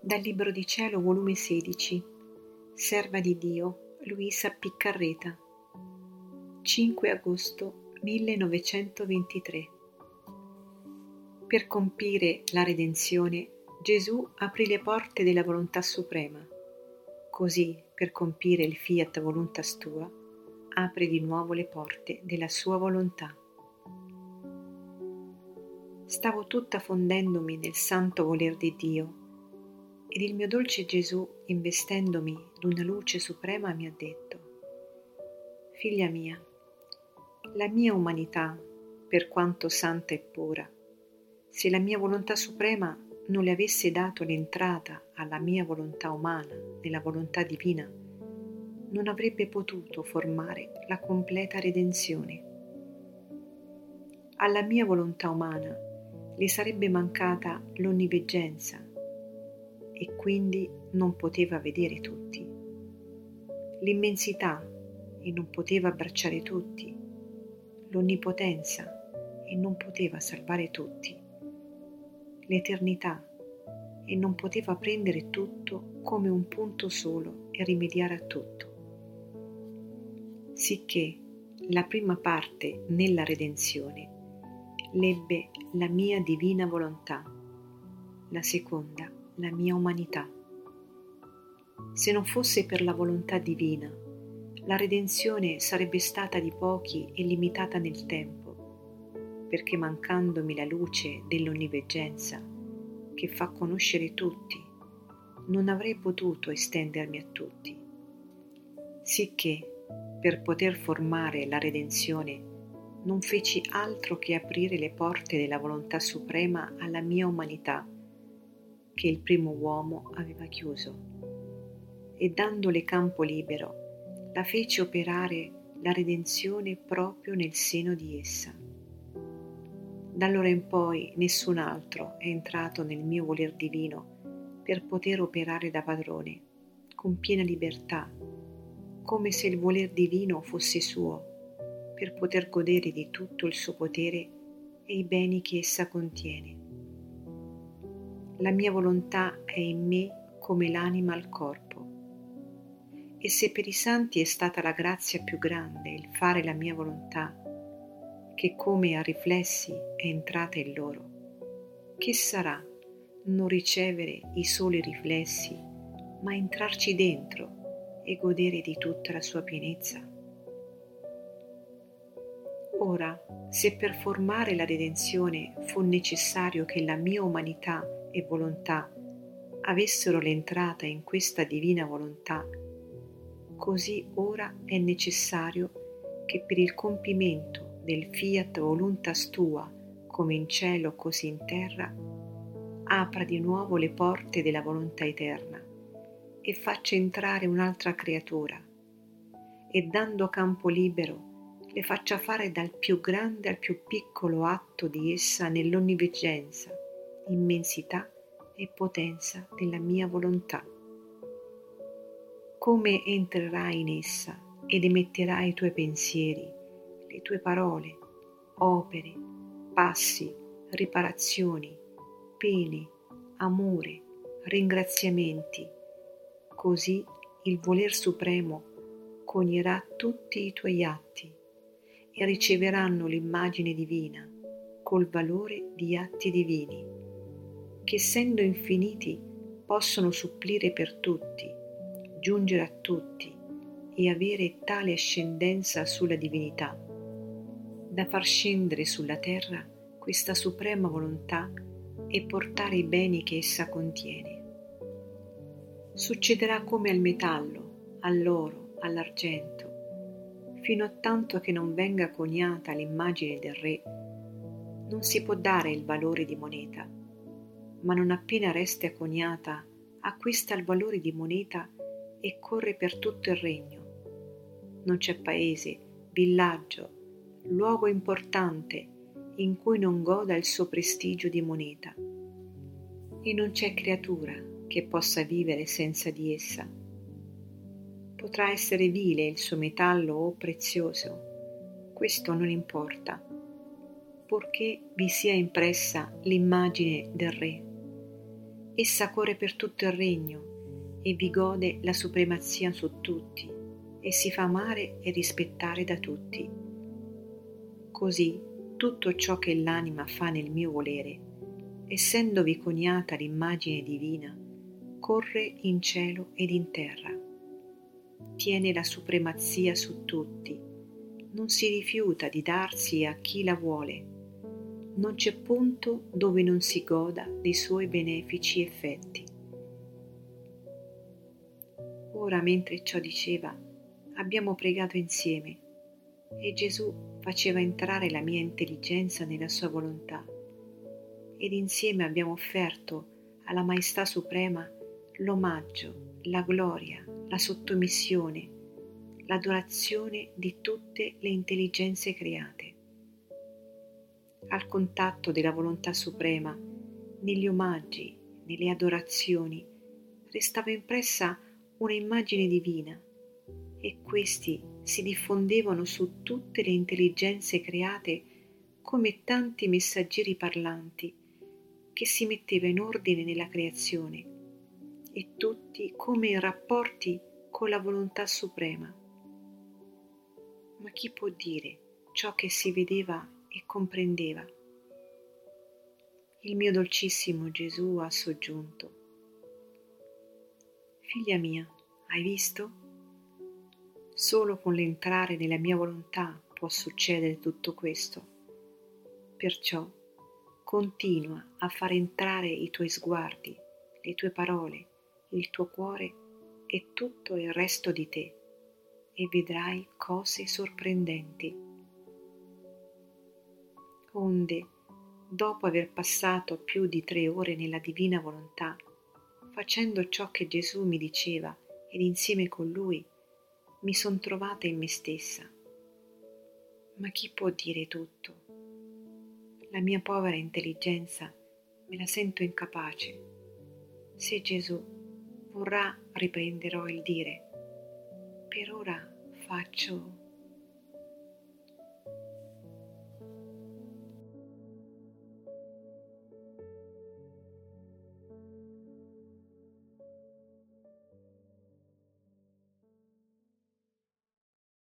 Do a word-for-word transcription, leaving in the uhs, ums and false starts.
Dal Libro di Cielo, volume sedici, Serva di Dio, Luisa Piccarreta, cinque agosto millenovecentoventitré. Per compiere la redenzione, Gesù aprì le porte della volontà suprema. Così, per compiere il fiat voluntas tua, apre di nuovo le porte della sua volontà. Stavo tutta fondendomi nel santo voler di Dio, ed il mio dolce Gesù, investendomi d'una luce suprema, mi ha detto: Figlia mia, la mia umanità, per quanto santa e pura, se la mia volontà suprema non le avesse dato l'entrata alla mia volontà umana nella volontà divina, non avrebbe potuto formare la completa redenzione. Alla mia volontà umana le sarebbe mancata l'onniveggenza e quindi non poteva vedere tutti, l'immensità e non poteva abbracciare tutti, l'onnipotenza e non poteva salvare tutti, l'eternità e non poteva prendere tutto come un punto solo e rimediare a tutto. Sicché la prima parte nella redenzione l'ebbe la mia divina volontà, la seconda la mia umanità. Se non fosse per la volontà divina, la redenzione sarebbe stata di pochi e limitata nel tempo, perché mancandomi la luce dell'onniveggenza che fa conoscere tutti, non avrei potuto estendermi a tutti. Sicché, per poter formare la redenzione, non feci altro che aprire le porte della volontà suprema alla mia umanità, che il primo uomo aveva chiuso, e dandole campo libero, la fece operare la redenzione proprio nel seno di essa. D'allora in poi nessun altro è entrato nel mio voler divino per poter operare da padrone, con piena libertà, come se il voler divino fosse suo, per poter godere di tutto il suo potere e i beni che essa contiene. La mia volontà è in me come l'anima al corpo, e se per i santi è stata la grazia più grande il fare la mia volontà, che come a riflessi è entrata in loro, che sarà non ricevere i soli riflessi, ma entrarci dentro e godere di tutta la sua pienezza? Ora, se per formare la redenzione fu necessario che la mia umanità e volontà avessero l'entrata in questa divina volontà, così ora è necessario che per il compimento del fiat voluntas tua, come in cielo così in terra, apra di nuovo le porte della volontà eterna e faccia entrare un'altra creatura, e dando campo libero le faccia fare dal più grande al più piccolo atto di essa nell'onniveggenza, immensità e potenza della mia volontà. Come entrerai in essa ed emetterai i tuoi pensieri, le tue parole, opere, passi, riparazioni, pene, amore, ringraziamenti, così il voler supremo cognerà tutti i tuoi atti e riceveranno l'immagine divina col valore di atti divini, che essendo infiniti possono supplire per tutti, giungere a tutti e avere tale ascendenza sulla divinità, da far scendere sulla terra questa suprema volontà e portare i beni che essa contiene. Succederà come al metallo, all'oro, all'argento, fino a tanto che non venga coniata l'immagine del re. Non si può dare il valore di moneta, ma non appena resta coniata, acquista il valore di moneta e corre per tutto il regno. Non c'è paese, villaggio, luogo importante in cui non goda il suo prestigio di moneta, e non c'è creatura che possa vivere senza di essa. Potrà essere vile il suo metallo o prezioso, questo non importa, purché vi sia impressa l'immagine del re, Essa corre per tutto il regno e vi gode la supremazia su tutti e si fa amare e rispettare da tutti. Così tutto ciò che l'anima fa nel mio volere, essendovi coniata l'immagine divina, corre in cielo ed in terra. Tiene la supremazia su tutti, non si rifiuta di darsi a chi la vuole. Non c'è punto dove non si goda dei suoi benefici effetti. Ora, mentre ciò diceva, abbiamo pregato insieme e Gesù faceva entrare la mia intelligenza nella sua volontà ed insieme abbiamo offerto alla Maestà Suprema l'omaggio, la gloria, la sottomissione, l'adorazione di tutte le intelligenze create. Al contatto della volontà suprema, negli omaggi, nelle adorazioni, restava impressa una immagine divina e questi si diffondevano su tutte le intelligenze create come tanti messaggeri parlanti che si metteva in ordine nella creazione e tutti come in rapporti con la volontà suprema. Ma chi può dire ciò che si vedeva e comprendeva? Il mio dolcissimo Gesù ha soggiunto: figlia mia, hai visto? Solo con l'entrare nella mia volontà può succedere tutto questo. Perciò continua a far entrare i tuoi sguardi, le tue parole, il tuo cuore e tutto il resto di te e vedrai cose sorprendenti. Onde, dopo aver passato più di tre ore nella divina volontà, facendo ciò che Gesù mi diceva ed insieme con Lui, mi son trovata in me stessa. Ma chi può dire tutto? La mia povera intelligenza me la sento incapace. Se Gesù vorrà, riprenderò il dire: per ora faccio